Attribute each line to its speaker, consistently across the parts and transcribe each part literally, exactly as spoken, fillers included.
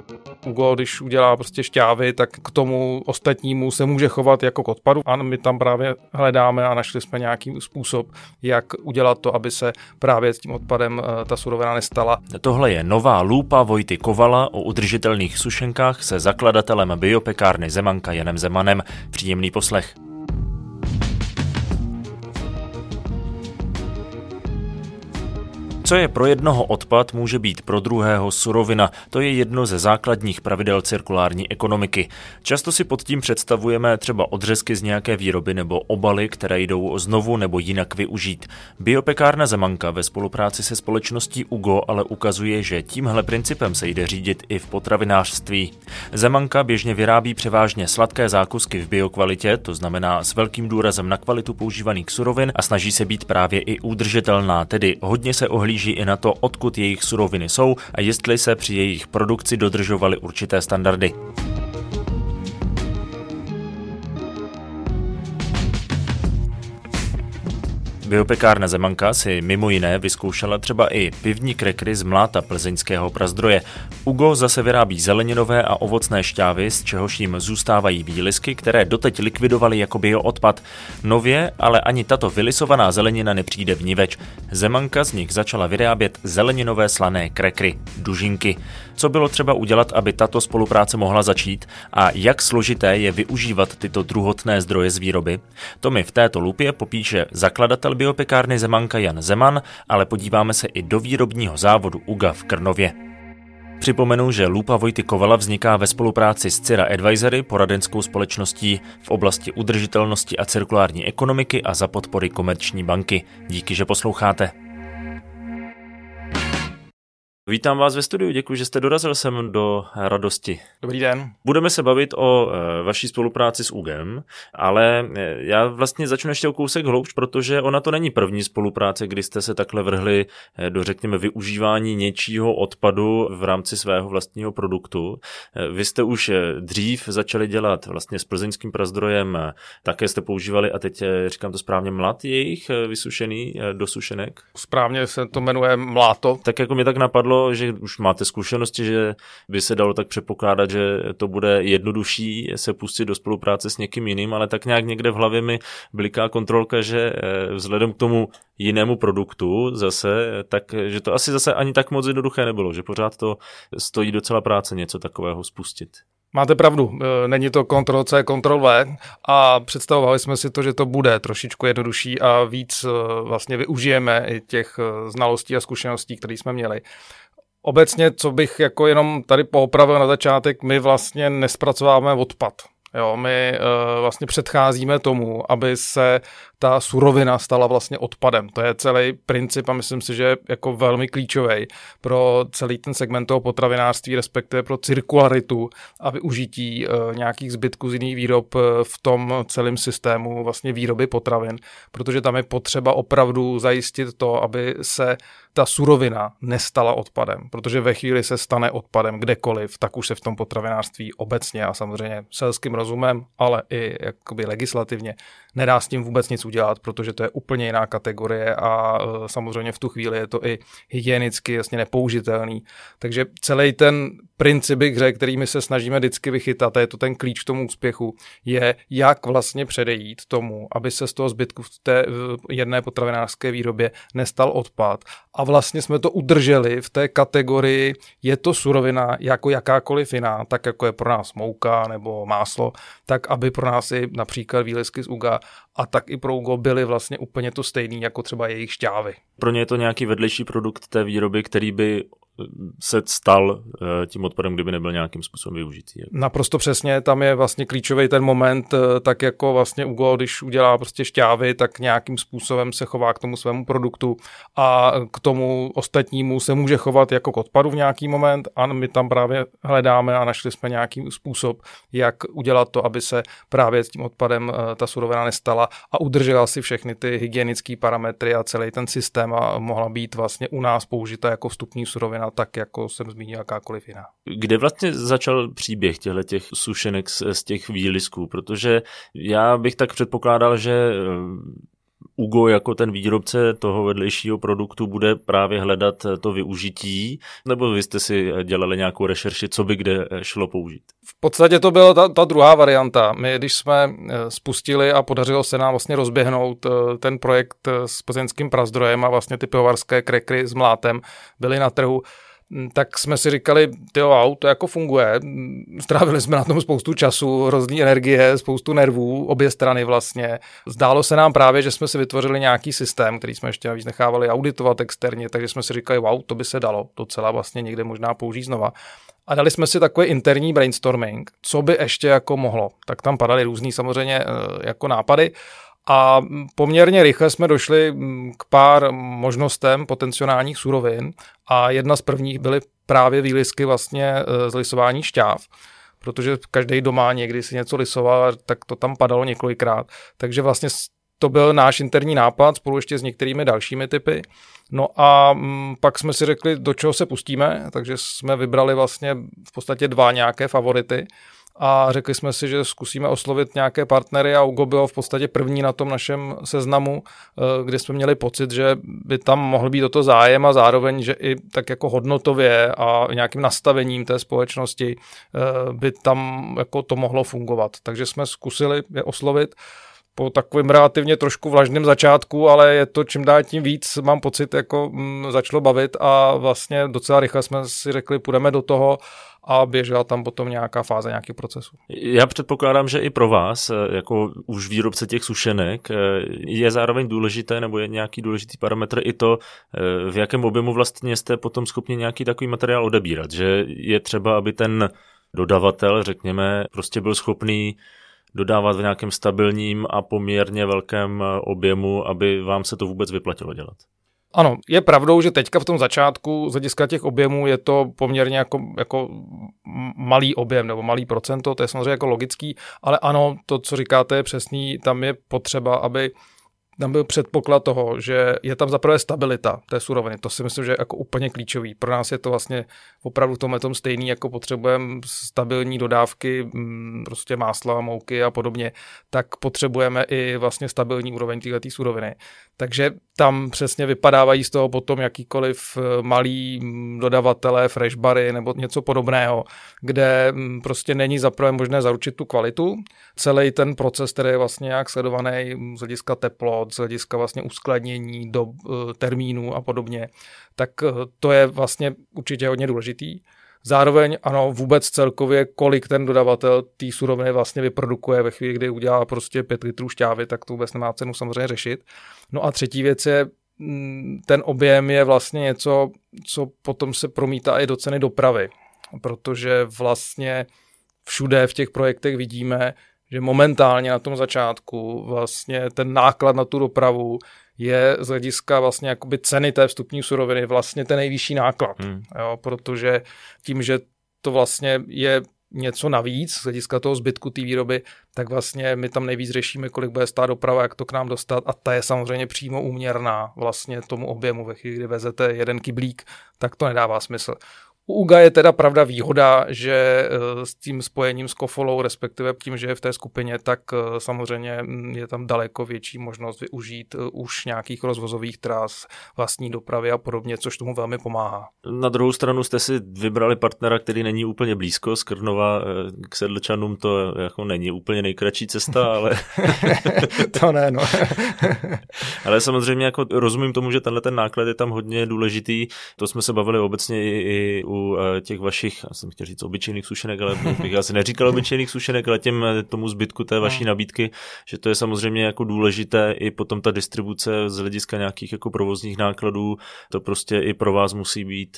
Speaker 1: Ugo, když udělá prostě šťávy, tak k tomu ostatnímu se může chovat jako k odpadu. A my tam právě hledáme a našli jsme nějaký způsob, jak udělat to, aby se právě s tím odpadem ta surovina nestala.
Speaker 2: Tohle je nová lupa Vojty Kovala o udržitelných sušenkách se zakladatelem biopekárny Zemanka Janem Zemanem. Příjemný poslech. Co je pro jednoho odpad, může být pro druhého surovina. To je jedno ze základních pravidel cirkulární ekonomiky. Často si pod tím představujeme třeba odřezky z nějaké výroby nebo obaly, které jdou znovu nebo jinak využít. Biopekárna Zemanka ve spolupráci se společností Ugo ale ukazuje, že tímhle principem se jde řídit i v potravinářství. Zemanka běžně vyrábí převážně sladké zákusky v biokvalitě, to znamená s velkým důrazem na kvalitu používaných surovin, a snaží se být právě i udržitelná, tedy hodně se ohlíží i na to, odkud jejich suroviny jsou a jestli se při jejich produkci dodržovaly určité standardy. Biopekárna Zemanka si mimo jiné vyzkoušela třeba i pivní krekry z mláta plzeňského prazdroje. Ugo zase vyrábí zeleninové a ovocné šťávy, z čehož jim zůstávají výlisky, které doteď likvidovali jako bioodpad. Nově ale ani tato vylisovaná zelenina nepřijde vniveč. Zemanka z nich začala vyrábět zeleninové slané krekry, dužinky. Co bylo třeba udělat, aby tato spolupráce mohla začít a jak složité je využívat tyto druhotné zdroje z výroby? To mi v této lupě popíše zakladatel biopekárny Zemanka Jan Zeman, ale podíváme se i do výrobního závodu Uga v Krnově. Připomenu, že lupa Vojty Kovala vzniká ve spolupráci s Cira Advisory, poradenskou společností v oblasti udržitelnosti a cirkulární ekonomiky a za podpory Komerční banky. Díky, že posloucháte. Vítám vás ve studiu, děkuji, že jste dorazil sem do Radosti.
Speaker 1: Dobrý den.
Speaker 2: Budeme se bavit o e, vaší spolupráci s Ugem, ale e, já vlastně začnu ještě o kousek hloubš, protože ona to není první spolupráce, kdy jste se takhle vrhli e, do, řekněme, využívání něčího odpadu v rámci svého vlastního produktu. E, vy jste už e, dřív začali dělat vlastně s plzeňským prazdrojem, e, také jste používali, a teď e, říkám to správně, mlad jejich e, vysušený e, do sušenek.
Speaker 1: Správně se to jmenuje mláto.
Speaker 2: Tak jako mě tak napadlo, že už máte zkušenosti, že by se dalo tak předpokládat, že to bude jednodušší se pustit do spolupráce s někým jiným, ale tak nějak někde v hlavě mi bliká kontrolka, že vzhledem k tomu jinému produktu zase, tak že to asi zase ani tak moc jednoduché nebylo, že pořád to stojí docela práce něco takového spustit.
Speaker 1: Máte pravdu, není to kontrol C, kontrol V a představovali jsme si to, že to bude trošičku jednodušší a víc vlastně využijeme i těch znalostí a zkušeností, které jsme měli. Obecně, co bych jako jenom tady poopravil na začátek, my vlastně nespracováváme odpad. Jo, my uh, vlastně předcházíme tomu, aby se ta surovina stala vlastně odpadem. To je celý princip a myslím si, že je jako velmi klíčový pro celý ten segment toho potravinářství, respektive pro cirkularitu a využití uh, nějakých zbytků z jiných výrob v tom celém systému vlastně výroby potravin, protože tam je potřeba opravdu zajistit to, aby se ta surovina nestala odpadem, protože ve chvíli se stane odpadem kdekoliv, tak už se v tom potravinářství obecně a samozřejmě selským rozumem, ale i jakoby legislativně nedá s tím vůbec nic udělat, protože to je úplně jiná kategorie a e, samozřejmě v tu chvíli je to i hygienicky jasně nepoužitelný. Takže celý ten princip, bych řekl, který my se snažíme vždycky vychytat, a je to ten klíč k tomu úspěchu, je, jak vlastně předejít tomu, aby se z toho zbytku v té jedné potravinářské výrobě nestal odpad. A vlastně jsme to udrželi v té kategorii, je to surovina jako jakákoliv jiná, tak jako je pro nás mouka nebo máslo, tak aby pro nás i například výlisky z Uga a tak i pro Ugo byly vlastně úplně to stejný jako třeba jejich šťávy.
Speaker 2: Pro ně je to nějaký vedlejší produkt té výroby, který by se stal tím odpadem, kdyby nebyl nějakým způsobem využitý.
Speaker 1: Naprosto přesně, tam je vlastně klíčový ten moment, tak jako vlastně Ugo, když udělá prostě šťávy, tak nějakým způsobem se chová k tomu svému produktu a k tomu ostatnímu se může chovat jako k odpadu v nějaký moment a my tam právě hledáme a našli jsme nějaký způsob, jak udělat to, aby se právě s tím odpadem ta surovina nestala a udržela si všechny ty hygienické parametry a celý ten systém a mohla být vlastně u nás použita jako vstupní surovina, tak jako jsem zmínil jakákoliv jiná.
Speaker 2: Kde vlastně začal příběh těchto těch sušenek z, z těch výlisků? Protože já bych tak předpokládal, že Ugo jako ten výrobce toho vedlejšího produktu bude právě hledat to využití, nebo vy jste si dělali nějakou rešerši, co by kde šlo použít?
Speaker 1: V podstatě to byla ta, ta druhá varianta. My, když jsme spustili a podařilo se nám vlastně rozběhnout ten projekt s plzeňským prazdrojem a vlastně ty pivovarské krekry s mlátem byly na trhu, tak jsme si říkali, tyjo, wow, to jako funguje. Strávili jsme na tom spoustu času, hrozný energie, spoustu nervů, obě strany vlastně. Zdálo se nám právě, že jsme si vytvořili nějaký systém, který jsme ještě navíc nechávali auditovat externě, takže jsme si říkali, wow, to by se dalo docela vlastně někde možná použít znova. A dali jsme si takový interní brainstorming, co by ještě jako mohlo. Tak tam padaly různý samozřejmě jako nápady. A poměrně rychle jsme došli k pár možnostem potenciálních surovin a jedna z prvních byly právě výlisky vlastně z lisování šťáv, protože každý doma někdy si něco lisoval, tak to tam padalo několikrát. Takže vlastně to byl náš interní nápad spolu ještě s některými dalšími typy. No a pak jsme si řekli, do čeho se pustíme, takže jsme vybrali vlastně v podstatě dva nějaké favority. A řekli jsme si, že zkusíme oslovit nějaké partnery a Ugo bylo v podstatě první na tom našem seznamu, kde jsme měli pocit, že by tam mohl být o to zájem a zároveň, že i tak jako hodnotově a nějakým nastavením té společnosti by tam jako to mohlo fungovat. Takže jsme zkusili je oslovit po takovém relativně trošku vlažném začátku, ale je to čím dál tím víc, mám pocit, jako m, začalo bavit a vlastně docela rychle jsme si řekli, půjdeme do toho a běžela tam potom nějaká fáze nějakých procesů.
Speaker 2: Já předpokládám, že i pro vás, jako už výrobce těch sušenek, je zároveň důležité, nebo je nějaký důležitý parametr i to, v jakém objemu vlastně jste potom schopni nějaký takový materiál odebírat, že je třeba, aby ten dodavatel, řekněme, prostě byl schopný dodávat v nějakém stabilním a poměrně velkém objemu, aby vám se to vůbec vyplatilo dělat.
Speaker 1: Ano, je pravdou, že teďka v tom začátku z hlediska těch objemů je to poměrně jako, jako malý objem nebo malý procento, to je samozřejmě jako logický, ale ano, to, co říkáte, je přesný, tam je potřeba, aby tam byl předpoklad toho, že je tam zaprvé stabilita té suroviny. To si myslím, že je jako úplně klíčový. Pro nás je to vlastně opravdu v tomhle tom stejný, jako potřebujeme stabilní dodávky prostě másla, mouky a podobně, tak potřebujeme i vlastně stabilní úroveň této suroviny. Takže tam přesně vypadávají z toho potom jakýkoliv malý dodavatelé, freshbary nebo něco podobného, kde prostě není zaprvé možné zaručit tu kvalitu. Celý ten proces, který je vlastně nějak sledovaný z hlediska teplot, z hlediska vlastně uskladnění do termínů a podobně, tak to je vlastně určitě hodně důležitý. Zároveň ano, vůbec celkově, kolik ten dodavatel té suroviny vlastně vyprodukuje ve chvíli, kdy udělá prostě pět litrů šťávy, tak to vůbec nemá cenu samozřejmě řešit. No a třetí věc je, ten objem je vlastně něco, co potom se promítá i do ceny dopravy, protože vlastně všude v těch projektech vidíme, že momentálně na tom začátku vlastně ten náklad na tu dopravu je z hlediska vlastně jakoby ceny té vstupní suroviny vlastně ten nejvyšší náklad, hmm. jo, protože tím, že to vlastně je něco navíc z hlediska toho zbytku té výroby, tak vlastně my tam nejvíc řešíme, kolik bude stát doprava, jak to k nám dostat a ta je samozřejmě přímo úměrná vlastně tomu objemu. Ve chvíli, kdy vezete jeden kyblík, tak to nedává smysl. U Uga je teda pravda výhoda, že s tím spojením s Kofolou, respektive tím, že je v té skupině, tak samozřejmě je tam daleko větší možnost využít už nějakých rozvozových tras, vlastní dopravy a podobně, což tomu velmi pomáhá.
Speaker 2: Na druhou stranu jste si vybrali partnera, který není úplně blízko. Z Krnova k Sedlčanům to jako není úplně nejkratší cesta, ale...
Speaker 1: to ne, no.
Speaker 2: Ale samozřejmě jako rozumím tomu, že tenhle ten náklad je tam hodně důležitý. To jsme se bavili obecně i, i u těch vašich, já jsem chtěl říct obyčejných sušenek, ale bych asi neříkal obyčejných sušenek, ale těm tomu zbytku té vaší nabídky, že to je samozřejmě jako důležité i potom ta distribuce z hlediska nějakých jako provozních nákladů, to prostě i pro vás musí být,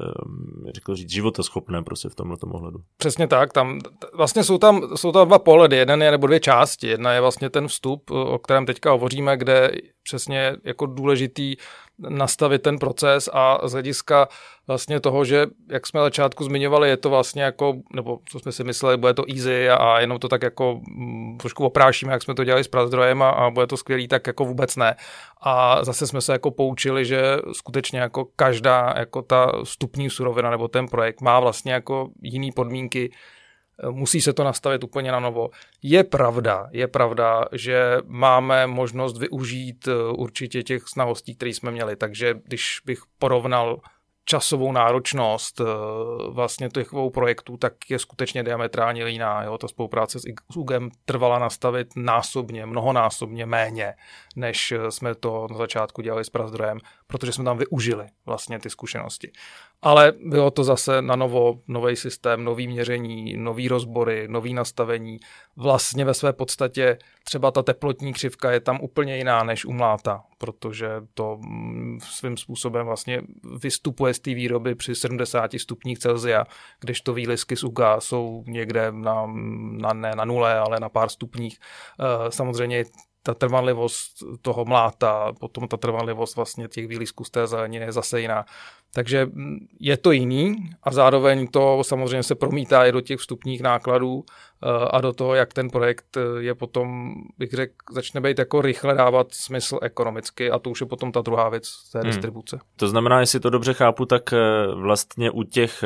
Speaker 2: řekl říct, životaschopné prostě v tomhletom ohledu.
Speaker 1: Přesně tak, tam vlastně jsou tam, jsou tam dva pohledy, jeden je nebo dvě části, jedna je vlastně ten vstup, o kterém teďka hovoříme, kde přesně jako důležitý nastavit ten proces a z hlediska vlastně toho, že jak jsme na začátku zmiňovali, je to vlastně jako, nebo co jsme si mysleli, bude to easy a, a jenom to tak jako m, trošku oprášíme, jak jsme to dělali s prazdrojem a, a bude to skvělý, tak jako vůbec ne. A zase jsme se jako poučili, že skutečně jako každá jako ta vstupní surovina nebo ten projekt má vlastně jako jiný podmínky, musí se to nastavit úplně na novo. Je pravda, je pravda, že máme možnost využít určitě těch znalostí, které jsme měli, takže když bych porovnal časovou náročnost vlastně těch dvou projektů, tak je skutečně diametrálně jiná. Jo? Ta spolupráce s UGem trvala nastavit násobně, mnohonásobně méně, než jsme to na začátku dělali s Prazdrojem, protože jsme tam využili vlastně ty zkušenosti. Ale bylo to zase na novo, nový systém, nový měření, nový rozbory, nový nastavení. Vlastně ve své podstatě třeba ta teplotní křivka je tam úplně jiná než u mláta, protože to svým způsobem vlastně vystupuje z té výroby při sedmdesáti stupních Celsia, kdežto výlisky z UGA jsou někde na, na, ne na nule, ale na pár stupních. Samozřejmě ta trvanlivost toho mláta, potom ta trvanlivost vlastně těch výlisků z té zeleniny je zase jiná. Takže je to jiný a zároveň to samozřejmě se promítá i do těch vstupních nákladů a do toho, jak ten projekt je potom, bych řekl, začne být jako rychle dávat smysl ekonomicky a to už je potom ta druhá věc té hmm. distribuce.
Speaker 2: To znamená, jestli to dobře chápu, tak vlastně u těch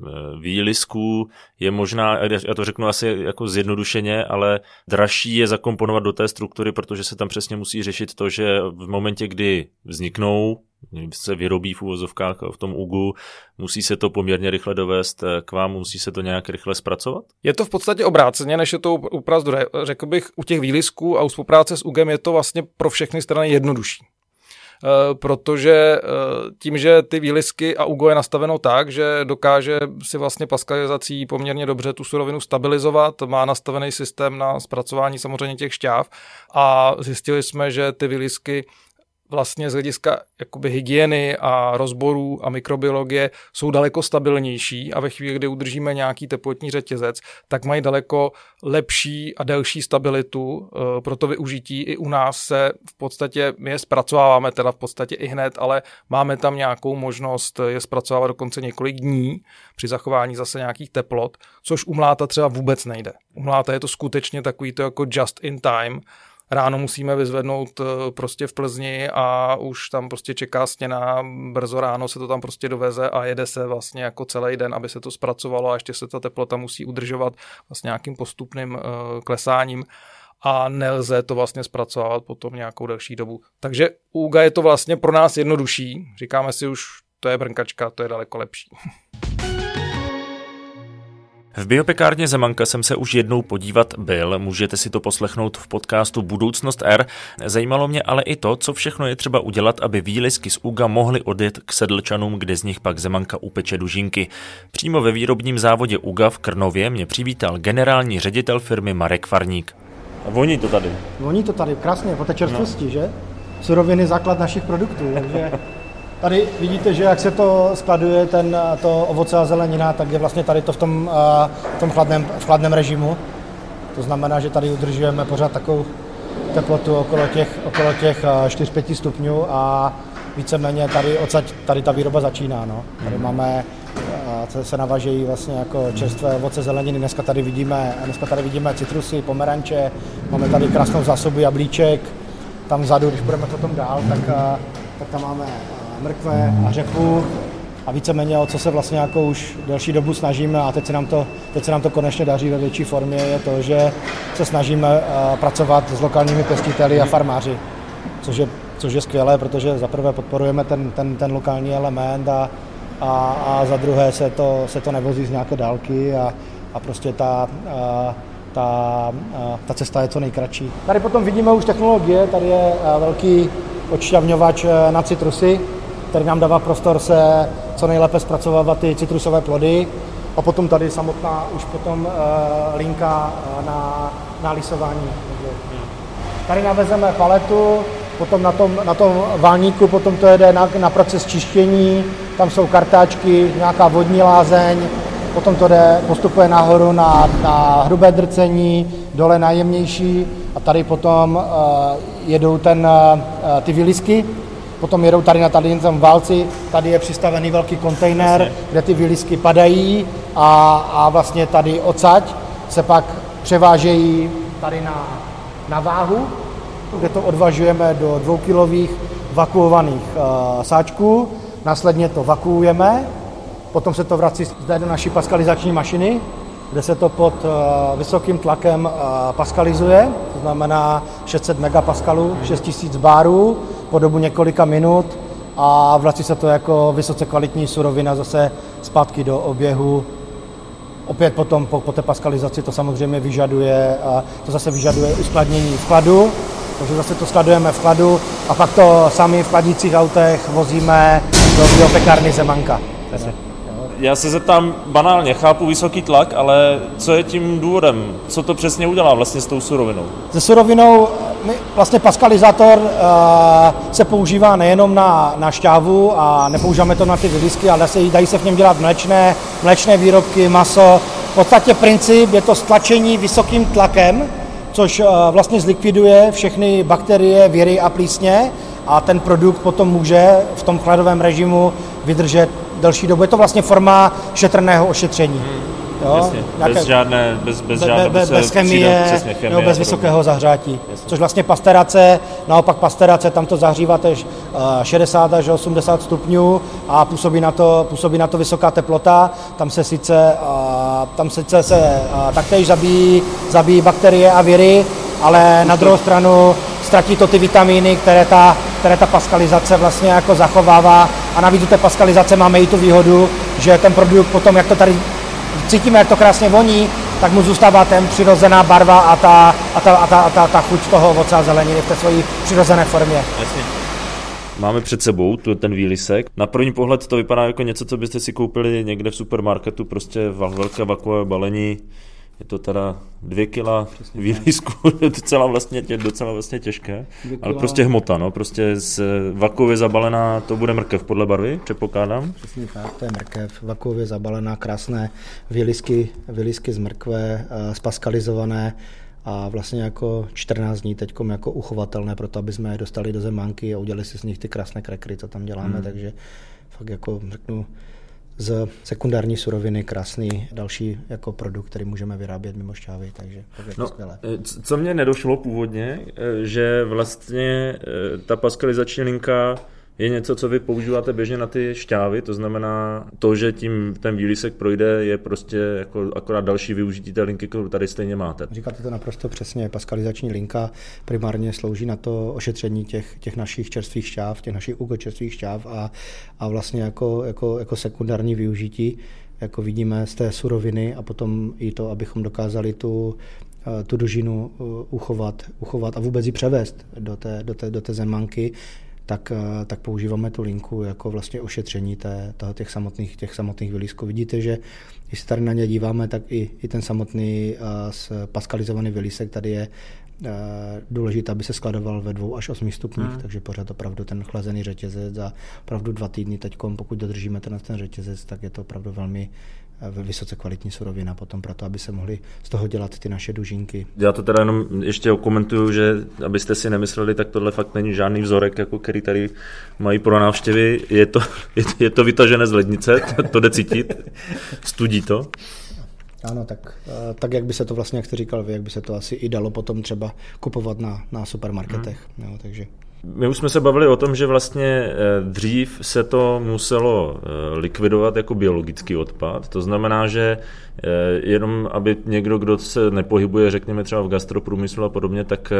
Speaker 2: výlisků je možná, já to řeknu asi jako zjednodušeně, ale dražší je zakomponovat do té struktury, protože se tam přesně musí řešit to, že v momentě, kdy vzniknou, se vyrobí v uvozovkách v tom UGu, musí se to poměrně rychle dovést k vám, musí se to nějak rychle zpracovat?
Speaker 1: Je to v podstatě obráceně, než je to u Prazdroje. Řekl bych, u těch výlisků a u spolupráce s UGem je to vlastně pro všechny strany jednodušší. Uh, protože uh, tím, že ty výlisky a UGO je nastaveno tak, že dokáže si vlastně paskalizací poměrně dobře tu surovinu stabilizovat, má nastavený systém na zpracování samozřejmě těch šťáv a zjistili jsme, že ty výlisky vlastně z hlediska jakoby hygieny a rozborů a mikrobiologie jsou daleko stabilnější a ve chvíli, kdy udržíme nějaký teplotní řetězec, tak mají daleko lepší a delší stabilitu pro to využití. I u nás se v podstatě, my je zpracováváme teda v podstatě i hned, ale máme tam nějakou možnost je zpracovávat dokonce několik dní při zachování zase nějakých teplot, což u mláta třeba vůbec nejde. U mláta je to skutečně takový to jako just in time. Ráno musíme vyzvednout prostě v Plzni a už tam prostě čeká stěna, brzo ráno se to tam prostě doveze a jede se vlastně jako celý den, aby se to zpracovalo a ještě se ta teplota musí udržovat vlastně nějakým postupným uh, klesáním a nelze to vlastně zpracovat potom nějakou delší dobu. Takže u UGA je to vlastně pro nás jednodušší, říkáme si už, to je brnkačka, to je daleko lepší.
Speaker 2: V biopekárně Zemanka jsem se už jednou podívat byl, můžete si to poslechnout v podcastu Budoucnost R. Zajímalo mě ale i to, co všechno je třeba udělat, aby výlisky z UGA mohly odjet k Sedlčanům, kde z nich pak Zemanka upeče dužinky. Přímo ve výrobním závodě UGA v Krnově mě přivítal generální ředitel firmy Marek Farník. A voní to tady.
Speaker 3: Voní to tady, krásně, po té čerstvosti, no. Že? Suroviny základ našich produktů, takže... Tady vidíte, že jak se to skladuje, ten, to ovoce a zelenina, tak je vlastně tady to v tom, v tom chladném, v chladném režimu. To znamená, že tady udržujeme pořád takovou teplotu okolo těch, okolo těch čtyři pět stupňů a víceméně tady odsaď, tady ta výroba začíná. No. Tady máme, se navažejí vlastně jako čerstvé ovoce, zeleniny. Dneska tady vidíme, dneska tady vidíme citrusy, pomeranče, máme tady krásnou zásobu jablíček. Tam vzadu, když budeme potom dál, tak, tak tam máme mrkve a řepu a víceméně o co se vlastně jako už delší dobu snažíme a teď se nám to, teď se nám to konečně daří ve větší formě, je to, že se snažíme pracovat s lokálními pěstiteli a farmáři, což je, což je skvělé, protože za prvé podporujeme ten, ten, ten lokální element a, a, a za druhé se to, se to nevozí z nějaké dálky a, a prostě ta, a, ta, a, ta cesta je co nejkratší. Tady potom vidíme už technologie, tady je velký odšťavňovač na citrusy, který nám dává prostor se co nejlépe zpracovávat ty citrusové plody. A potom tady samotná už potom uh, linka uh, na, na lisování. Tady navezeme paletu, potom na tom, na tom válníku potom to jede na, na proces čištění, tam jsou kartáčky, nějaká vodní lázeň, potom to jde, postupuje nahoru na, na hrubé drcení, dole na jemnější a tady potom uh, jedou ten, uh, ty výlisky. Potom jedou tady na tady tam válci, tady je přistavený velký kontejner, kde ty výlisky padají a, a vlastně tady odsaď se pak převážejí tady na, na váhu, kde to odvažujeme do dvoukilových vakuovaných uh, sáčků, následně to vakuujeme, potom se to vrací zde do naší paskalizační mašiny, kde se to pod vysokým tlakem paskalizuje, to znamená šest set megapaskalů, šest tisíc bárů po dobu několika minut a vrací se to jako vysoce kvalitní surovina zase zpátky do oběhu. Opět potom po, po té paskalizaci to samozřejmě vyžaduje, to zase vyžaduje uskladnění v chladu, takže zase to skladujeme v chladu a pak to sami v chladících autech vozíme do biopekárny Zemanka.
Speaker 2: Já se zeptám banálně, chápu vysoký tlak, ale co je tím důvodem? Co to přesně udělá vlastně s tou surovinou?
Speaker 3: Se surovinou my, vlastně paskalizátor uh, se používá nejenom na, na šťávu a nepoužíváme to na ty vylisky, ale se, dají se v něm dělat mléčné, mléčné výrobky, maso. V podstatě princip je to stlačení vysokým tlakem, což uh, vlastně zlikviduje všechny bakterie, viry a plísně a ten produkt potom může v tom chladovém režimu vydržet delší dobu. Je to vlastně forma šetrného ošetření. Hmm. Jo?
Speaker 2: Jasně,
Speaker 3: Nějaké,
Speaker 2: bez žádné, bez, bez, žádné,
Speaker 3: bez, bez chemie,
Speaker 2: přesně, chemie
Speaker 3: nebo bez vysokého zahřátí. Jasně. Což vlastně pasterace, naopak pasterace, tam to zahříváte šedesát až osmdesát stupňů a působí na to, působí na to vysoká teplota. Tam se sice, tam sice se taktéž zabíjí, zabíjí bakterie a viry, ale na druhou stranu ztratí to ty vitamíny, které ta, které ta paskalizace vlastně jako zachovává. A navíc u té paskalizace máme i tu výhodu, že ten produkt potom, jak to tady cítíme, jak to krásně voní, tak mu zůstává ten přirozená barva a ta, a ta, a ta, a ta, ta chuť toho ovoce a zeleniny v té své přirozené formě.
Speaker 2: Jasně. Máme před sebou tu, ten výlisek. Na první pohled to vypadá jako něco, co byste si koupili někde v supermarketu, prostě velké vakové balení. Je to teda dvě kila výlisku, docela vlastně, docela vlastně těžké, ale prostě hmota, no, prostě z vakuově zabalená, to bude mrkev podle barvy, předpokládám.
Speaker 3: Přesně tak, to je mrkev, vakuově zabalená, krásné výlisky, výlisky z mrkve, spaskalizované a vlastně jako čtrnáct dní teďkom jako uchovatelné pro to, aby jsme je dostali do Zemánky a udělali si z nich ty krásné krekry, co tam děláme, hmm. takže fakt jako řeknu, z sekundární suroviny krásný další jako produkt, který můžeme vyrábět mimo šťávy, takže je to
Speaker 2: no,
Speaker 3: skvělé.
Speaker 2: Co mě nedošlo původně, že vlastně ta paskalizační linka je něco, co vy používáte běžně na ty šťávy, to znamená to, že tím ten výlisek projde, je prostě jako akorát další využití té linky, kterou tady stejně máte.
Speaker 3: Říkáte to naprosto přesně, paskalizační linka primárně slouží na to ošetření těch, těch našich čerstvých šťáv, těch našich ukočerstvých šťáv a, a vlastně jako, jako, jako sekundární využití, jako vidíme z té suroviny a potom i to, abychom dokázali tu tu dužinu uchovat, uchovat a vůbec ji převést do té, do té, do té Zemanky, tak, tak používáme tu linku jako vlastně ošetření té, toho, těch samotných, těch samotných vylízků. Vidíte, že když se tady na ně díváme, tak i, i ten samotný uh, paskalizovaný vylízek tady je uh, důležité, aby se skladoval ve dvou až osmi stupních, hmm. takže pořád opravdu ten chlazený řetězec za opravdu dva týdny teďkom, pokud dodržíme ten, ten řetězec, tak je to opravdu velmi vysoce kvalitní surovina potom proto, aby se mohli z toho dělat ty naše dužinky.
Speaker 2: Já to teda jenom ještě okomentuju, že abyste si nemysleli, tak tohle fakt není žádný vzorek, jako který tady mají pro návštěvy. Je to, je, je to vytažené z lednice, to jde cítit, studí to.
Speaker 3: Ano, tak, tak jak by se to vlastně, jak jste říkal vy, jak by se to asi i dalo potom třeba kupovat na, na supermarketech. Hmm. Jo, takže...
Speaker 2: My už jsme se bavili o tom, že vlastně dřív se to muselo likvidovat jako biologický odpad. To znamená, že jenom aby někdo, kdo se nepohybuje, řekněme třeba v gastroprůmyslu a podobně, tak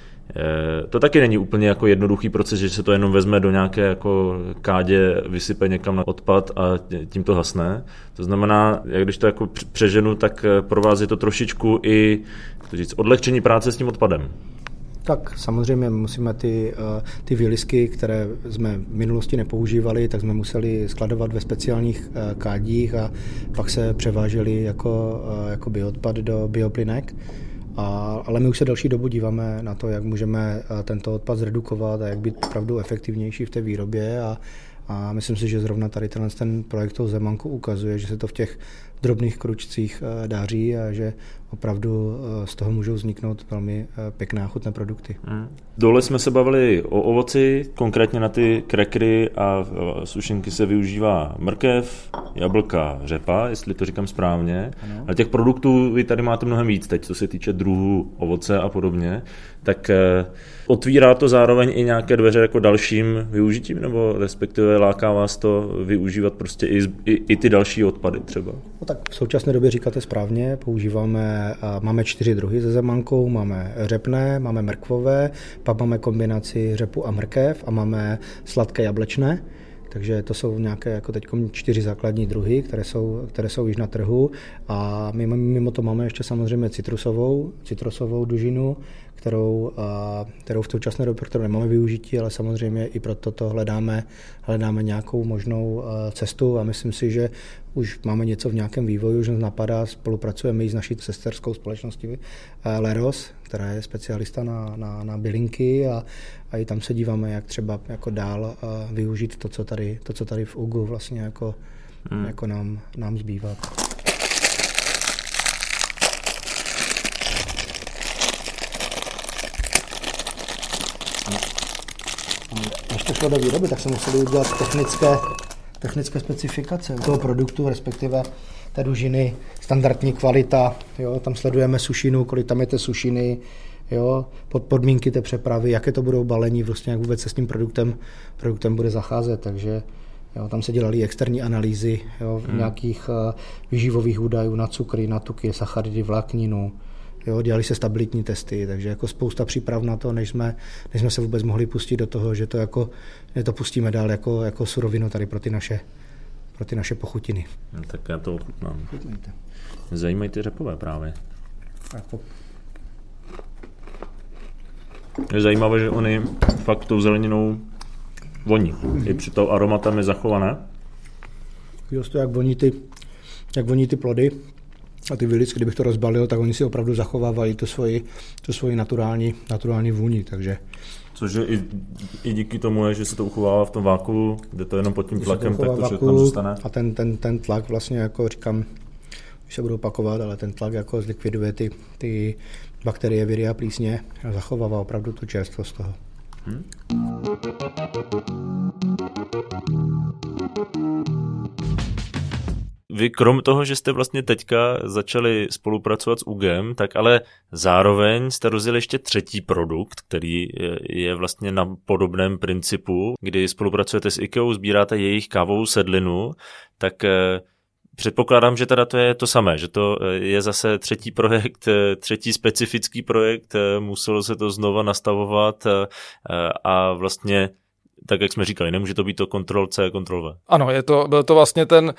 Speaker 2: to taky není úplně jako jednoduchý proces, že se to jenom vezme do nějaké jako kádě, vysype někam na odpad a tím to hasne. To znamená, jak když to jako přeženu, tak pro vás je to trošičku i to říct, odlehčení práce s tím odpadem.
Speaker 3: Tak samozřejmě musíme ty, ty výlisky, které jsme v minulosti nepoužívali, tak jsme museli skladovat ve speciálních kádích a pak se převážely jako, jako bioodpad do bioplynek. A, ale my už se další dobu díváme na to, jak můžeme tento odpad zredukovat a jak být opravdu efektivnější v té výrobě a, a myslím si, že zrovna tady tenhle ten projekt toho Zemanku ukazuje, že se to v těch drobných kručcích daří a že opravdu z toho můžou vzniknout velmi pěkné a chutné produkty.
Speaker 2: Hmm. Dole jsme se bavili o ovoci, konkrétně na ty krekry a sušenky se využívá mrkev, jablka, řepa, jestli to říkám správně. Ano. Ale těch produktů vy tady máte mnohem víc teď, co se týče druhů ovoce a podobně. Tak otvírá to zároveň i nějaké dveře jako dalším využitím, nebo respektive láká vás to využívat prostě i, i, i ty další odpady třeba?
Speaker 3: Tak v současné době říkáte správně, používáme, máme čtyři druhy se zemankou, máme řepné, máme mrkvové, pak máme kombinaci řepu a mrkev a máme sladké jablečné. Takže to jsou nějaké jako teď čtyři základní druhy, které jsou, které jsou již na trhu. A mimo, mimo to máme ještě samozřejmě citrusovou, citrusovou dužinu, kterou, a, kterou v současné době, kterou nemáme využití, ale samozřejmě i pro toto hledáme, hledáme nějakou možnou cestu a myslím si, že už máme něco v nějakém vývoji, už nás napadá, spolupracujeme i s naší sesterskou společností Leros, která je specialista na, na, na bylinky a, a i tam se díváme, jak třeba jako dál využít to, co tady, to, co tady v Ugu vlastně jako, hmm. jako nám, nám zbývá. Než to šlo do výroby, tak se museli udělat technické, technické specifikace toho produktu, respektive té dužiny, standardní kvalita, jo, tam sledujeme sušinu, kolik tam je té sušiny, jo, podmínky té přepravy, jaké to budou balení, vlastně jak vůbec se s tím produktem, produktem bude zacházet, takže jo, tam se dělaly externí analýzy jo, hmm. nějakých uh, výživových údajů na cukry, na tuky, sacharidy, vlákninu. Jo, dělali se stabilitní testy, takže jako spousta příprav na to, než jsme, než jsme se vůbec mohli pustit do toho, že to, jako, že to pustíme dál jako, jako surovinu tady pro ty naše, pro ty naše pochutiny.
Speaker 2: No, tak já to ochutnám. Zajímají ty řepové právě.
Speaker 3: Jako.
Speaker 2: Je zajímavé, že oni fakt tou zeleninou voní. Mm-hmm. I při tou aromatem je zachované.
Speaker 3: To, jak voní ty, jak voní ty plody. A ty vilicky, kdybych to rozbalil, tak oni si opravdu zachovávají tu svoji, tu svoji naturální, naturální vůni, takže...
Speaker 2: Což je i, i díky tomu, je, že se to uchovává v tom váku, kde to jenom pod tím tlakem, to tak to všechno tam zůstane.
Speaker 3: A ten, ten, ten tlak vlastně, jako říkám, už se budu opakovat, ale ten tlak jako zlikviduje ty, ty bakterie, viry a plísně a zachovává opravdu tu čerstvost toho. Hmm?
Speaker 2: Vy krom toho, že jste vlastně teďka začali spolupracovat s Ugem, tak ale zároveň jste rozjeli ještě třetí produkt, který je vlastně na podobném principu, kdy spolupracujete s IKEA, sbíráte jejich kávovou sedlinu, tak předpokládám, že teda to je to samé, že to je zase třetí projekt, třetí specifický projekt, muselo se to znova nastavovat a vlastně tak, jak jsme říkali, nemůže to být to Ctrl C, Ctrl V.
Speaker 1: Ano, je to, byl to vlastně ten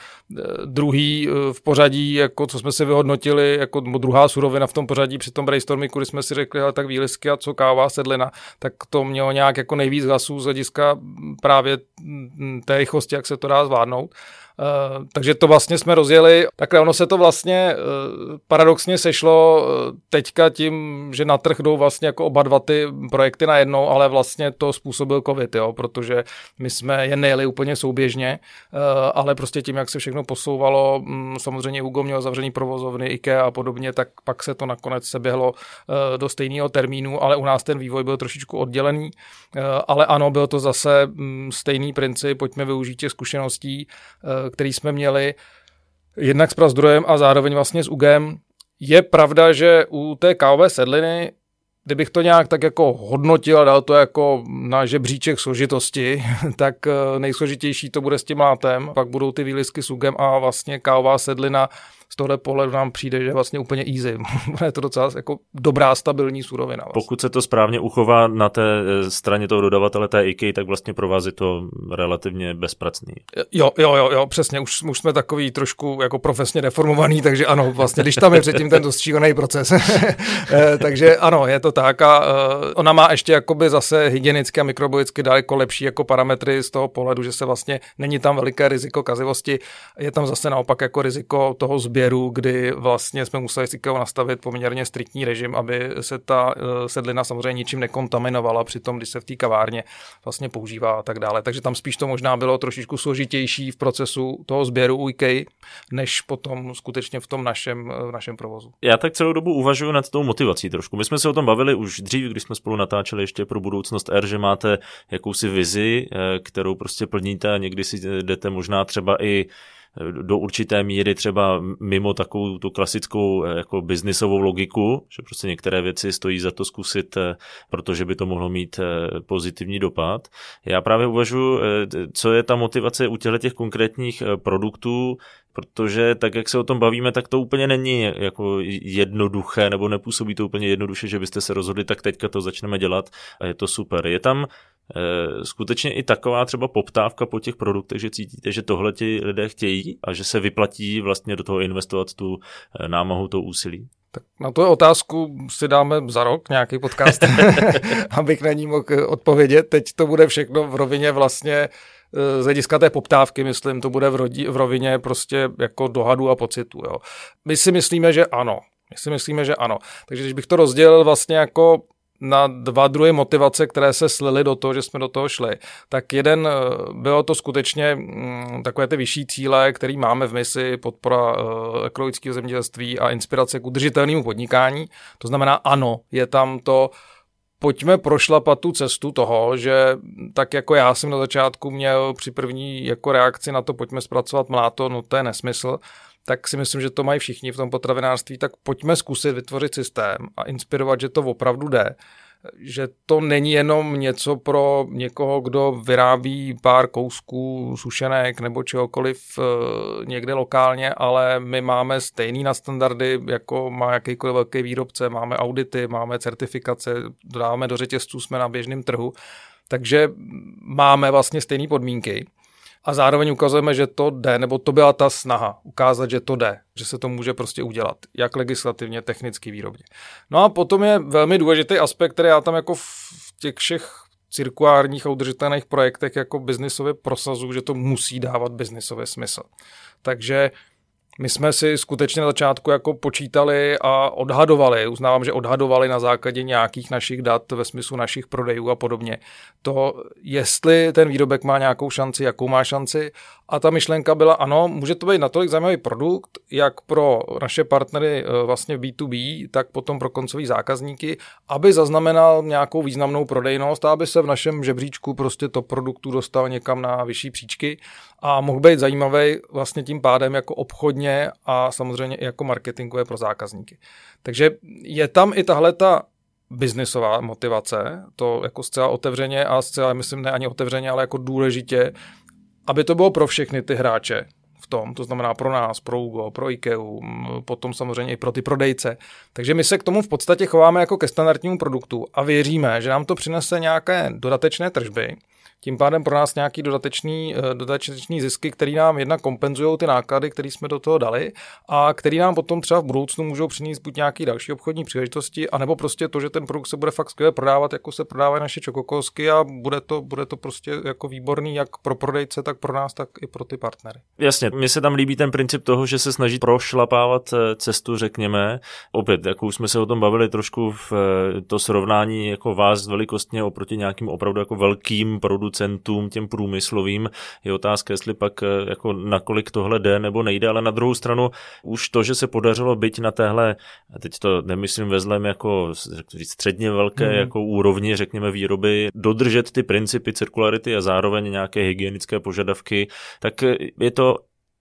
Speaker 1: druhý v pořadí, jako co jsme si vyhodnotili, jako druhá surovina v tom pořadí při tom brainstormingu, kdy jsme si řekli, ale tak výlisky a co káva, sedlina, tak to mělo nějak jako nejvíc hlasů z hlediska právě té rychlosti, jak se to dá zvládnout. Uh, takže to vlastně jsme rozjeli. Takhle ono se to vlastně uh, paradoxně sešlo uh, teďka tím, že na trh jdou vlastně jako oba dva ty projekty najednou, ale vlastně to způsobil covid, jo, protože my jsme je nejeli úplně souběžně, uh, ale prostě tím, jak se všechno posouvalo, um, samozřejmě Ugo měl zavřený provozovny, IKEA a podobně, tak pak se to nakonec seběhlo uh, do stejného termínu, ale u nás ten vývoj byl trošičku oddělený, uh, ale ano, byl to zase um, stejný princip, pojďme využít těch zkušeností, uh, který jsme měli jednak s Prazdrojem a zároveň vlastně s Ugem. Je pravda, že u té kávové sedliny, kdybych to nějak tak jako hodnotil a dal to jako na žebříček složitosti, tak nejsložitější to bude s tím mlátem, pak budou ty výlisky s Ugem a vlastně kávová sedlina z tohle pohledu nám přijde, že je vlastně úplně easy. Je to docela jako dobrá, stabilní surovina. Vlastně.
Speaker 2: Pokud se to správně uchová na té straně toho dodavatele té IKEA, tak vlastně pro vás je to relativně bezpracný.
Speaker 1: Jo, jo, jo, jo, přesně. Už, už jsme takový trošku jako profesně deformovaný, takže ano, vlastně, když tam je předtím ten dostříhaný proces. Takže ano, je to tak a ona má ještě jakoby zase hygienicky a mikrobiologicky daleko lepší jako parametry z toho pohledu, že se vlastně není tam veliké riziko kazivosti, je tam zase naopak jako riziko toho zbytku, kdy vlastně jsme museli s IKEA nastavit poměrně striktní režim, aby se ta sedlina samozřejmě ničím nekontaminovala při tom, když se v té kavárně vlastně používá a tak dále. Takže tam spíš to možná bylo trošičku složitější v procesu toho sběru u IKEA, než potom skutečně v tom našem, v našem provozu.
Speaker 2: Já tak celou dobu uvažuji nad tou motivací trošku. My jsme se o tom bavili už dřív, když jsme spolu natáčeli ještě pro budoucnost R, že máte jakousi vizi, kterou prostě plníte a někdy si jdete možná třeba i do určité míry třeba mimo takovou tu klasickou jako biznisovou logiku, že prostě některé věci stojí za to zkusit, protože by to mohlo mít pozitivní dopad. Já právě uvažuji, co je ta motivace u těch konkrétních produktů, protože tak, jak se o tom bavíme, tak to úplně není jako jednoduché, nebo nepůsobí to úplně jednoduše, že byste se rozhodli, tak teďka to začneme dělat a je to super. Je tam e, skutečně i taková třeba poptávka po těch produktech, že cítíte, že tohle ti lidé chtějí a že se vyplatí vlastně do toho investovat tu e, námahu, to úsilí?
Speaker 1: Tak na tu otázku si dáme za rok nějaký podcast, abych na ní mohl odpovědět. Teď to bude všechno v rovině vlastně z hlediska té poptávky, myslím, to bude v, rodí, v rovině prostě jako dohadu a pocitu. Jo. My si myslíme, že ano. My si myslíme, že ano. Takže když bych to rozdělil vlastně jako na dva druhy motivace, které se slily do toho, že jsme do toho šli, tak jeden bylo to skutečně mm, takové ty vyšší cíle, které máme v misi, podpora uh, ekologického zemědělství a inspirace k udržitelnému podnikání. To znamená ano, je tam to, pojďme prošlapat tu cestu toho, že tak jako já jsem na začátku měl při první jako reakci na to, pojďme zpracovat mláto, no to je nesmysl, tak si myslím, že to mají všichni v tom potravinářství, tak pojďme zkusit vytvořit systém a inspirovat, že to opravdu jde. Že to není jenom něco pro někoho, kdo vyrábí pár kousků sušenek nebo čehokoliv někde lokálně, ale my máme stejný nadstandardy, jako má jakýkoliv velký výrobce, máme audity, máme certifikace, dodáváme do řetězců, jsme na běžném trhu, takže máme vlastně stejné podmínky. A zároveň ukazujeme, že to jde, nebo to byla ta snaha, ukázat, že to jde, že se to může prostě udělat, jak legislativně, technicky, výrobně. No a potom je velmi důležitý aspekt, který já tam jako v těch všech cirkulárních a udržitelných projektech jako biznisově prosazuju, že to musí dávat biznisový smysl. Takže my jsme si skutečně na začátku jako počítali a odhadovali, uznávám, že odhadovali na základě nějakých našich dat ve smyslu našich prodejů a podobně. To, jestli ten výrobek má nějakou šanci, jakou má šanci. A ta myšlenka byla, ano, může to být natolik zajímavý produkt, jak pro naše partnery vlastně B dva B, tak potom pro koncový zákazníky, aby zaznamenal nějakou významnou prodejnost a aby se v našem žebříčku prostě to produktu dostal někam na vyšší příčky a mohl být zajímavý vlastně tím pádem jako obchodně a samozřejmě i jako marketingové pro zákazníky. Takže je tam i tahle ta biznisová motivace, to jako zcela otevřeně a zcela, myslím, ne ani otevřeně, ale jako důležitě, aby to bylo pro všechny ty hráče v tom, to znamená pro nás, pro Ugo, pro IKEA, potom samozřejmě i pro ty prodejce. Takže my se k tomu v podstatě chováme jako ke standardnímu produktu a věříme, že nám to přinese nějaké dodatečné tržby, tím pádem pro nás nějaký dodatečný, dodatečný zisky, který nám jednak kompenzují ty náklady, které jsme do toho dali a který nám potom třeba v budoucnu můžou přinést buď nějaký další obchodní příležitosti, anebo prostě to, že ten produkt se bude fakt skvěle prodávat, jako se prodávají naše čokokousky a bude to, bude to prostě jako výborný jak pro prodejce, tak pro nás, tak i pro ty partnery.
Speaker 2: Jasně, mně se tam líbí ten princip toho, že se snaží prošlapávat cestu, řekněme. Opět, jako už jsme se o tom bavili trošku v to srovnání jako vás velikostně oproti nějakým opravdu jako velkým produktům, producentům, těm průmyslovým. Je otázka, jestli pak jako nakolik tohle jde nebo nejde, ale na druhou stranu už to, že se podařilo byť na téhle, teď to nemyslím ve zlém jako středně velké mm. jako úrovni, řekněme výroby, dodržet ty principy cirkularity a zároveň nějaké hygienické požadavky, tak je to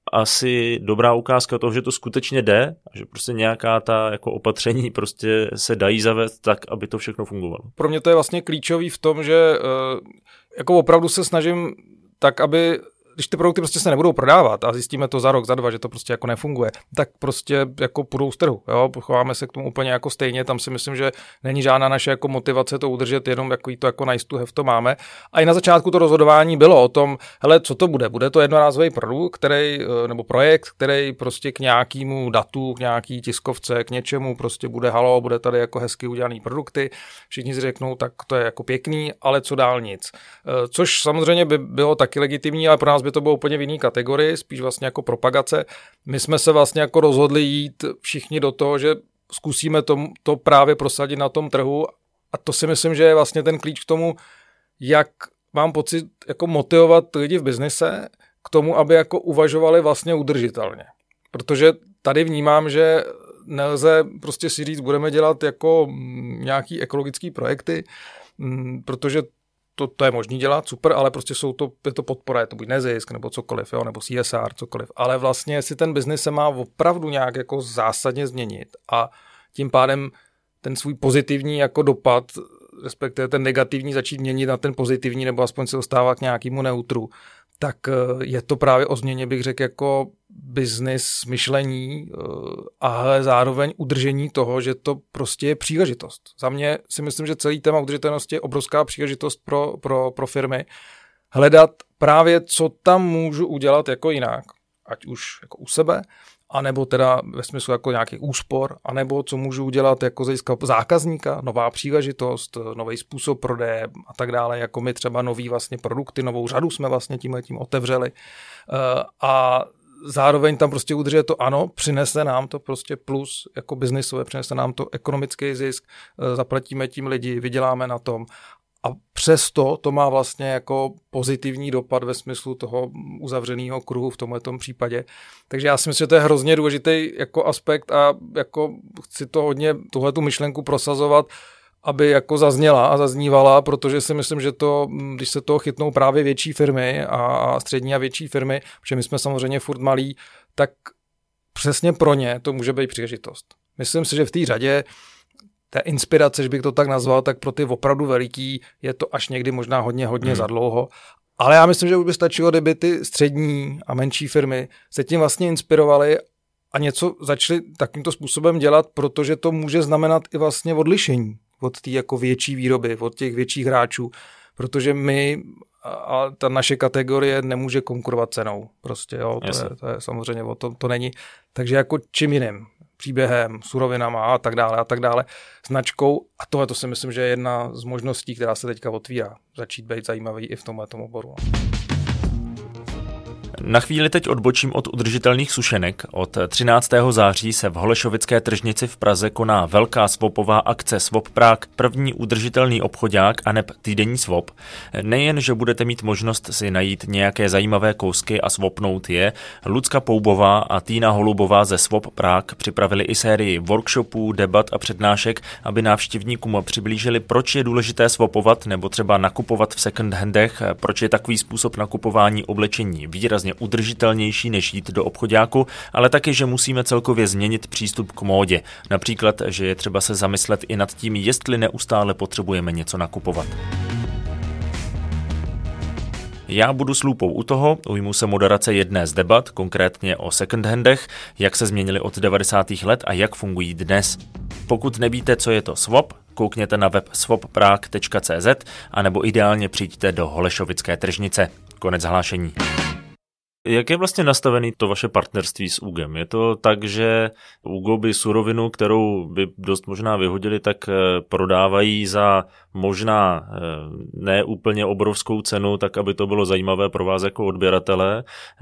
Speaker 2: asi dobrá ukázka toho, že to skutečně jde a že prostě nějaká ta jako opatření prostě se dají zavést tak, aby to všechno fungovalo.
Speaker 1: Pro mě to je vlastně klíčový v tom, že jako opravdu se snažím tak, aby když ty produkty prostě se nebudou prodávat a zjistíme to za rok, za dva, že to prostě jako nefunguje, tak prostě jako půjdou z trhu. Jo? Chováme se k tomu úplně jako stejně, tam si myslím, že není žádná naše jako motivace to udržet, jenom jaký to jako nice to have to máme. A i na začátku to rozhodování bylo o tom, hele, co to bude? Bude to jednorázový produkt, který, nebo projekt, který prostě k nějakému datu, k nějaký tiskovce, k něčemu prostě bude halo, bude tady jako hezky udělaný produkty. Všichni si řeknou, tak to je jako pěkný, ale co dál nic. Což samozřejmě by bylo taky legitimní, ale pro nás by to bylo úplně v jiný kategorii, spíš vlastně jako propagace. My jsme se vlastně jako rozhodli jít všichni do toho, že zkusíme to, to právě prosadit na tom trhu a to si myslím, že je vlastně ten klíč k tomu, jak mám pocit jako motivovat lidi v biznise k tomu, aby jako uvažovali vlastně udržitelně. Protože tady vnímám, že nelze prostě si říct, budeme dělat jako nějaký ekologický projekty, protože to, to je možný dělat, super, ale prostě jsou to, je to podpora, je to buď nezisk, nebo cokoliv, jo, nebo C S R, cokoliv. Ale vlastně, jestli ten biznis se má opravdu nějak jako zásadně změnit a tím pádem ten svůj pozitivní jako dopad, respektive ten negativní začít měnit na ten pozitivní, nebo aspoň se dostávat k nějakému neutru, tak je to právě o změně, bych řekl, jako business myšlení, ale zároveň udržení toho, že to prostě je příležitost. Za mě si myslím, že celý téma udržitelnosti je obrovská příležitost pro, pro, pro firmy hledat právě, co tam můžu udělat jako jinak, ať už jako u sebe, anebo teda ve smyslu jako nějaký úspor, anebo co můžu udělat jako z hlediska zákazníka, nová příležitost, nový způsob prodeje a tak dále, jako my třeba nový vlastně produkty, novou řadu jsme vlastně tímhletím otevřeli a zároveň tam prostě udržet to ano, přinese nám to prostě plus jako biznisové, přinese nám to ekonomický zisk, zaplatíme tím lidi, vyděláme na tom. A přesto to má vlastně jako pozitivní dopad ve smyslu toho uzavřeného kruhu v tomhletom případě. Takže já si myslím, že to je hrozně důležitý jako aspekt a jako chci to hodně, tuhletu myšlenku prosazovat, aby jako zazněla a zaznívala, protože si myslím, že to, když se toho chytnou právě větší firmy a střední a větší firmy, protože my jsme samozřejmě furt malí, tak přesně pro ně to může být příležitost. Myslím si, že v té řadě té inspirace, že bych to tak nazval, tak pro ty opravdu veliký je to až někdy možná hodně, hodně hmm. zadlouho. Ale já myslím, že už by stačilo, kdyby ty střední a menší firmy se tím vlastně inspirovaly a něco začaly takovýmto způsobem dělat, protože to může znamenat i vlastně odlišení od té jako větší výroby, od těch větších hráčů, protože my a ta naše kategorie nemůže konkurovat cenou. Prostě, jo, to, je, to je samozřejmě o tom, to není. Takže jako čím jiným. Příběhem, surovinama a tak dále a tak dále, značkou a tohle to si myslím, že je jedna z možností, která se teďka otvírá, začít být zajímavý i v tomhletom oboru.
Speaker 2: Na chvíli teď odbočím od udržitelných sušenek. Od třináctého září se v Holešovické tržnici v Praze koná velká swopová akce Swap Prague, první udržitelný obchodák aneb týdenní swap. Nejen, že budete mít možnost si najít nějaké zajímavé kousky a swapnout je, Lucka Poubová a Týna Holubová ze Swap Prague připravili i sérii workshopů, debat a přednášek, aby návštěvníkům přiblížili, proč je důležité swapovat nebo třeba nakupovat v second handech, proč je takový způsob nakupování oblečení výrazně udržitelnější než jít do obchoďáku, ale taky, že musíme celkově změnit přístup k módě. Například, že je třeba se zamyslet i nad tím, jestli neustále potřebujeme něco nakupovat. Já budu s lupou u toho, ujmu se moderace jedné z debat, konkrétně o second handech, jak se změnily od devadesátých let a jak fungují dnes. Pokud nevíte, co je to swap, koukněte na web swap prague tečka cé zet anebo ideálně přijďte do Holešovické tržnice. Konec hlášení. Jak je vlastně nastavený to vaše partnerství s Ugem? Je to tak, že Ugo by surovinu, kterou by dost možná vyhodili, tak prodávají za možná ne úplně obrovskou cenu, tak aby to bylo zajímavé pro vás jako odběratele.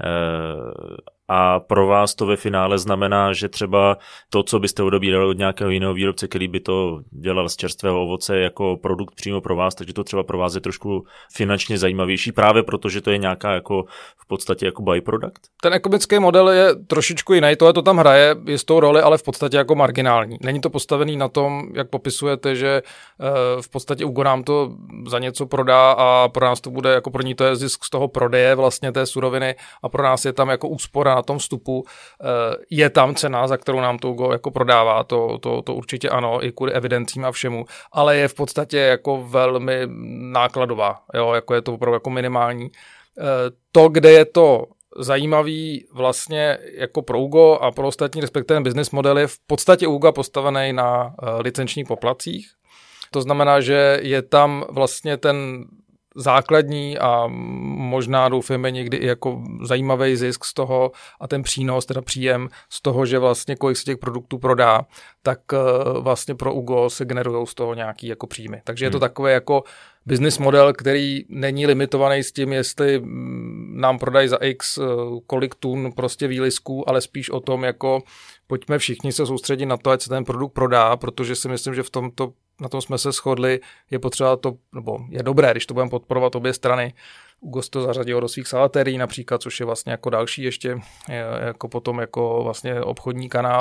Speaker 2: A pro vás to ve finále znamená, že třeba to, co byste odebírali od nějakého jiného výrobce, který by to dělal z čerstvého ovoce jako produkt přímo pro vás, takže to třeba pro vás je trošku finančně zajímavější, právě protože to je nějaká jako v podstatě jako byproduct?
Speaker 1: Ten ekonomický model je trošičku jiný, tohle to tam hraje jistou roli, ale v podstatě jako marginální. Není to postavený na tom, jak popisujete, že v podstatě Ugo nám to za něco prodá a pro nás to bude, jako pro ní to je zisk z toho prodeje vlastně té suroviny a pro nás je tam jako úspora na tom vstupu, je tam cena, za kterou nám to Ugo jako prodává, to, to, to určitě ano, i kvůli evidencím a všemu, ale je v podstatě jako velmi nákladová, jo, jako je to opravdu jako minimální. To, kde je to zajímavý vlastně jako pro Ugo a pro ostatní, respektive business model je v podstatě Ugo postavený na licenčních poplatcích. To znamená, že je tam vlastně ten základní a možná doufáme někdy i jako zajímavý zisk z toho a ten přínos, teda příjem z toho, že vlastně kolik se těch produktů prodá, tak vlastně pro Ugo se generují z toho nějaký jako příjmy. Takže je to hmm. takový jako business model, který není limitovaný s tím, jestli nám prodají za X kolik tun prostě výlisků, ale spíš o tom, jako pojďme všichni se soustředit na to, ať se ten produkt prodá, protože si myslím, že v tomto na tom jsme se shodli, je potřeba to, nebo je dobré, když to budeme podporovat obě strany. Ugo to zařadil do svých salatérií například, což je vlastně jako další ještě jako potom jako vlastně obchodní kanál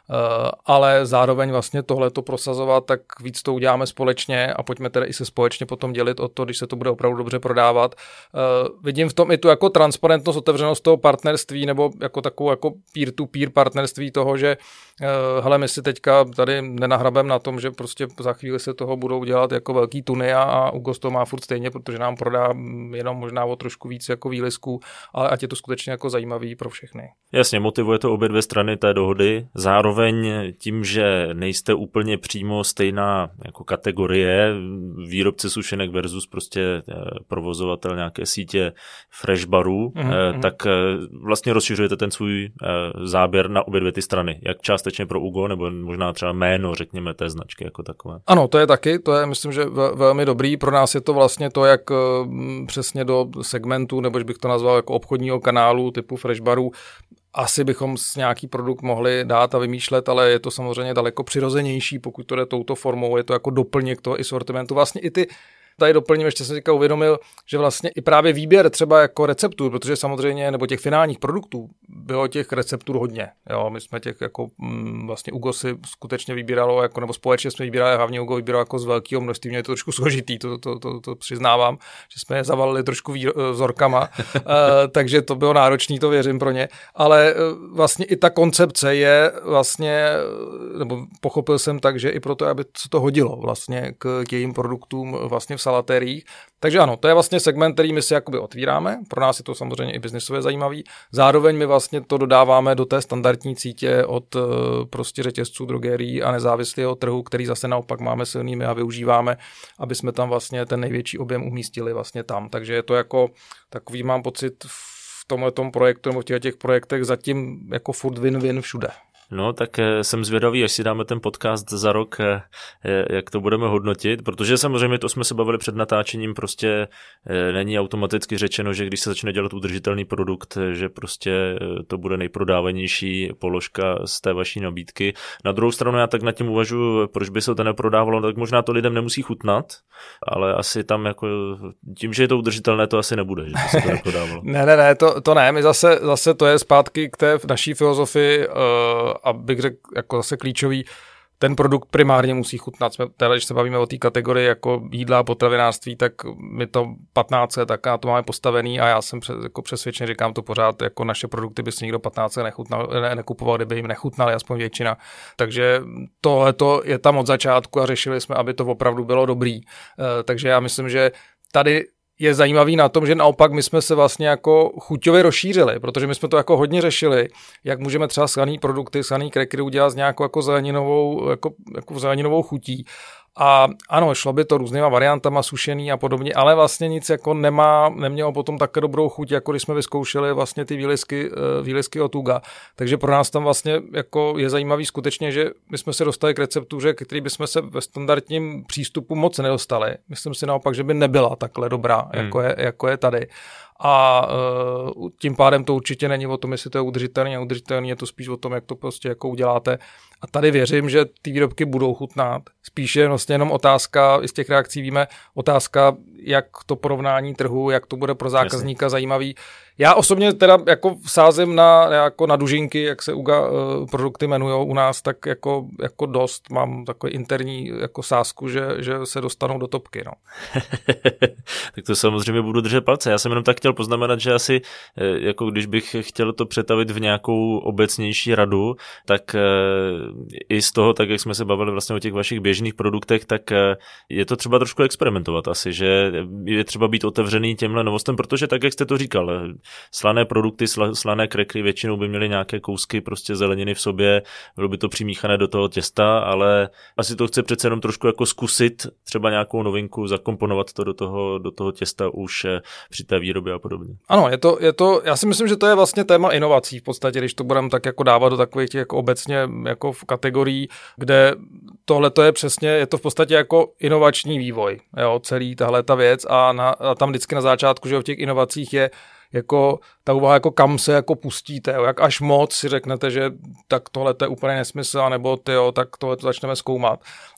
Speaker 1: ale zároveň vlastně tohleto prosazovat, tak víc to uděláme společně a pojďme tedy i se společně potom dělit o to, když se to bude opravdu dobře prodávat. Vidím v tom i tu jako transparentnost, otevřenost toho partnerství nebo jako takovou jako peer-to-peer partnerství toho, že hele, my si teďka tady nenahrabem na tom, že prostě za chvíli se toho budou dělat jako velký tuny a, a Ugos to má furt stejně, protože nám prodá jenom možná o trošku víc jako výlisků, ale ať je to skutečně jako zajímavý pro všechny.
Speaker 2: Jasně, motivuje to obě dvě strany té dohody. Zároveň tím, že nejste úplně přímo stejná jako kategorie, výrobce sušenek versus prostě provozovatel nějaké sítě fresh barů, mm-hmm. tak vlastně rozšiřujete ten svůj záběr na obě dvě ty strany. Jak částečně pro Ugo, nebo možná třeba jméno, řekněme, té značky jako takové.
Speaker 1: Ano, to je taky, to je myslím, že velmi dobrý. Pro nás je to vlastně to, jak přesně do segmentu, nebo bych to nazval jako obchodního kanálu typu fresh barů, asi bychom s nějaký produkt mohli dát a vymýšlet, ale je to samozřejmě daleko přirozenější, pokud to jde touto formou, je to jako doplněk toho i sortimentu. Vlastně i ty tady doplním, ještě jsem si uvědomil, že vlastně i právě výběr třeba jako receptur, protože samozřejmě, nebo těch finálních produktů, bylo těch receptur hodně. Jo, my jsme těch jako mm, vlastně Ugo si skutečně vybíralo, jako, nebo společně jsme vybírali, hlavně Ugo vybíralo jako z velkého množství, mě je to trošku složitý, to, to, to, to přiznávám, že jsme je zavalili trošku výro, vzorkama, uh, takže to bylo náročné, to věřím pro ně, ale uh, vlastně i ta koncepce je vlastně, nebo pochopil jsem tak, že i proto, aby se to hodilo vlastně k jejím produktům vlastně v salatériích. Takže ano, to je vlastně segment, který my si jakoby otvíráme. Pro nás je to samozřejmě i biznisově zajímavý. Zároveň my vlastně to dodáváme do té standardní sítě od prostě řetězců, drogerií a nezávislého trhu, který zase naopak máme silnými a využíváme, aby jsme tam vlastně ten největší objem umístili vlastně tam. Takže je to jako takový, mám pocit, v tomhletom projektu nebo v těch, těch projektech zatím jako furt win-win všude.
Speaker 2: No, tak jsem zvědavý, až si dáme ten podcast za rok, jak to budeme hodnotit, protože samozřejmě to jsme se bavili před natáčením, prostě není automaticky řečeno, že když se začne dělat udržitelný produkt, že prostě to bude nejprodávanější položka z té vaší nabídky. Na druhou stranu já tak nad tím uvažuji, proč by se to neprodávalo, tak možná to lidem nemusí chutnat, ale asi tam jako tím, že je to udržitelné, to asi nebude, že by se to neprodávalo.
Speaker 1: ne, ne, ne, to, to ne, my zase, zase to je zpátky k té naší filozofii, uh... a bych řekl jako zase klíčový, ten produkt primárně musí chutnat. Jsme, teda, když se bavíme o té kategorii jako jídla a potravinářství, tak my to patnáct let, tak na to máme postavený a já jsem přes, jako přesvědčen, říkám to pořád, jako naše produkty by si nikdo patnáct let nechutnal, ne, nekupoval, kdyby jim nechutnali, aspoň většina. Takže tohleto je tam od začátku a řešili jsme, aby to opravdu bylo dobrý. E, takže já myslím, že tady je zajímavý na tom, že naopak my jsme se vlastně jako chuťově rozšířili, protože my jsme to jako hodně řešili, jak můžeme třeba slaný produkty, slaný crackry udělat s nějakou jako zeleninovou, jako, jako zeleninovou chutí. A ano, šlo by to různýma variantama, sušený a podobně, ale vlastně nic jako nemá, nemělo potom také dobrou chuť, jako když jsme vyzkoušeli vlastně ty výlisky, výlisky od Uga. Takže pro nás tam vlastně jako je zajímavý skutečně, že my jsme se dostali k receptuře, který bychom se ve standardním přístupu moc nedostali. Myslím si naopak, že by nebyla takhle dobrá, hmm. jako, je, jako je tady. A uh, tím pádem to určitě není o tom, jestli to je udržitelný a udržitelný, je to spíš o tom, jak to prostě jako uděláte. A tady věřím, že ty výrobky budou chutnát. Spíše vlastně jenom otázka, i z těch reakcí víme, otázka, jak to porovnání trhu, jak to bude pro zákazníka Jasně. zajímavý. Já osobně teda jako sázím na, jako na dužinky, jak se Uga uh, produkty jmenujou u nás, tak jako, jako dost mám takový interní jako sázku, že, že se dostanou do topky. No.
Speaker 2: Tak to samozřejmě budu držet palce. Já jsem jenom tak chtěl poznamenat, že asi jako když bych chtěl to přetavit v nějakou obecnější radu, tak i z toho, tak jak jsme se bavili vlastně o těch vašich běžných produktech, tak je to třeba trošku experimentovat asi, že je třeba být otevřený těmhle novostem, protože tak, jak jste to říkal, slané produkty, slané crackry většinou by měly nějaké kousky prostě zeleniny v sobě, bylo by to přimíchané do toho těsta, ale asi to chce přece jenom trošku jako zkusit třeba nějakou novinku, zakomponovat to do toho, do toho těsta už při té výrobě a podobně.
Speaker 1: Ano, je to, je to, já si myslím, že to je vlastně téma inovací v podstatě, když to budeme tak jako dávat do takových těch jako obecně jako v kategorii, kde tohle to je přesně, je to v podstatě jako inovační vývoj, jo, celý tahle ta věc a, na, a tam vždycky na začátku, že v těch inovacích je jako ta úvaha, jako kam se jako pustíte, jo, jak až moc si řeknete, že tak tohle to je úplně nesmysl, nebo tyjo, tak tohle to začneme zkoumat.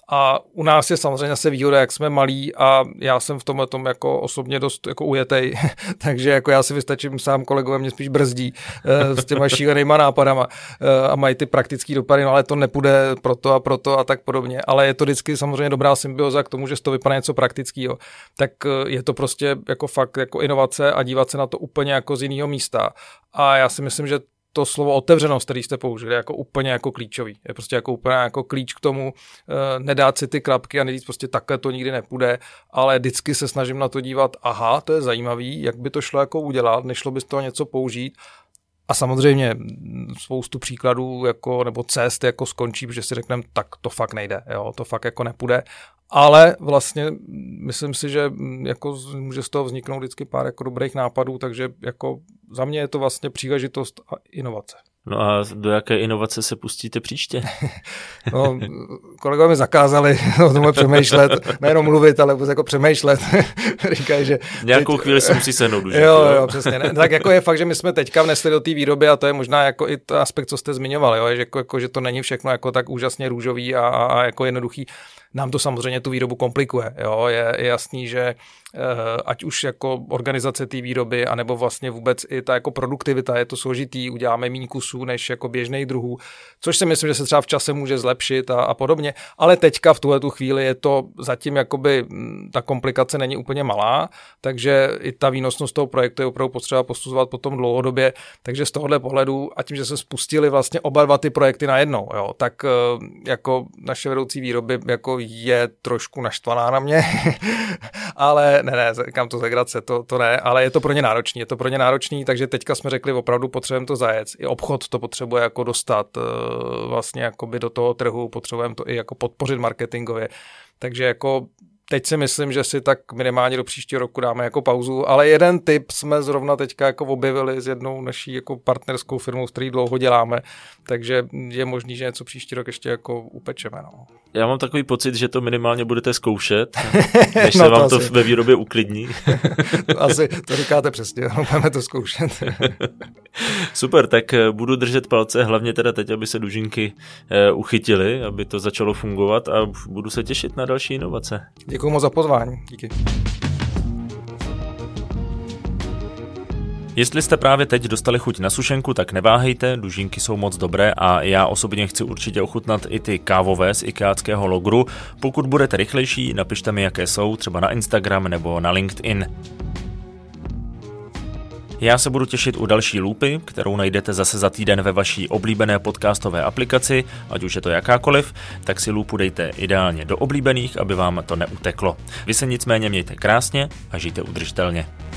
Speaker 1: A u nás je samozřejmě zase výhoda, jak jsme malí a já jsem v tomhle tom jako osobně dost jako ujetej, takže jako já si vystačím sám, kolegové mě spíš brzdí s těma šílenýma nápadama a mají ty praktický dopady, no ale to nepůjde proto a proto a tak podobně, ale je to vždycky samozřejmě dobrá symbioza k tomu, že z toho vypadá něco praktického, tak je to prostě jako fakt jako inovace a dívat se na to úplně jako z jiného místa a já si myslím, že to slovo otevřenost, který jste použili, jako úplně jako klíčový. Je prostě jako úplně jako klíč k tomu, e, nedát si ty klapky a neříct prostě takhle to nikdy nepůjde, ale vždycky se snažím na to dívat, aha, to je zajímavý, jak by to šlo jako udělat, nešlo by z toho něco použít. A samozřejmě spoustu příkladů jako, nebo cest jako skončí, protože si řekneme, tak to fakt nejde, jo, to fakt jako nepůjde. Ale vlastně myslím si, že jako může z toho vzniknout vždycky pár jako dobrých nápadů, takže jako za mě je to vlastně příležitost a inovace.
Speaker 2: No a do jaké inovace se pustíte příště?
Speaker 1: No, kolegové mi zakázali o tomhle přemýšlet, nejenom mluvit, ale jako přemýšlet. Říkají, že...
Speaker 2: Nějakou teď... chvíli se musí sednout už.
Speaker 1: Jo, jo, přesně. Ne? Tak jako je fakt, že my jsme teďka vnesli do té výroby a to je možná jako i to aspekt, co jste zmiňoval, jo? Že, jako, jako, že to není všechno jako tak úžasně růžový a, a, a jako jednoduchý. Nám to samozřejmě tu výrobu komplikuje. Jo? Je, je jasný, že ať už jako organizace té výroby, anebo vlastně vůbec i ta jako produktivita, je to složitý, uděláme méně kusů než jako běžných druhů, což si myslím, že se třeba v čase může zlepšit a, a podobně, ale teďka v tuhle tu chvíli je to zatím jakoby ta komplikace není úplně malá, takže i ta výnosnost toho projektu je opravdu potřeba posuzovat potom dlouhodobě, takže z tohohle pohledu a tím, že se spustili vlastně oba dva ty projekty najednou, jo, tak jako naše vedoucí výroby jako je trošku naštvaná na mě, ale ne, ne, říkám to z legrace, to, to ne, ale je to pro ně náročný, je to pro ně náročný, takže teďka jsme řekli, opravdu potřebujeme to zajet. I obchod to potřebuje jako dostat vlastně jakoby do toho trhu, potřebujeme to i jako podpořit marketingově, takže jako teď si myslím, že si tak minimálně do příštího roku dáme jako pauzu, ale jeden tip jsme zrovna teďka jako objevili s jednou naší jako partnerskou firmou, s který dlouho děláme, takže je možný, že něco příští rok ještě jako upečeme. No.
Speaker 2: Já mám takový pocit, že to minimálně budete zkoušet, než no se vám to, to ve výrobě uklidní.
Speaker 1: to asi, to říkáte přesně, budeme to zkoušet.
Speaker 2: Super, tak budu držet palce, hlavně teda teď, aby se dužinky uh, uchytily, aby to začalo fungovat a budu se těšit na další inovace.
Speaker 1: Děkuji moc za pozvání. Díky.
Speaker 2: Jestli jste právě teď dostali chuť na sušenku, tak neváhejte, dužinky jsou moc dobré a já osobně chci určitě ochutnat i ty kávové z ikeáckého logru. Pokud budete rychlejší, napište mi, jaké jsou, třeba na Instagram nebo na LinkedIn. Já se budu těšit u další lupy, kterou najdete zase za týden ve vaší oblíbené podcastové aplikaci, ať už je to jakákoliv, tak si lupu dejte ideálně do oblíbených, aby vám to neuteklo. Vy se nicméně mějte krásně a žijte udržitelně.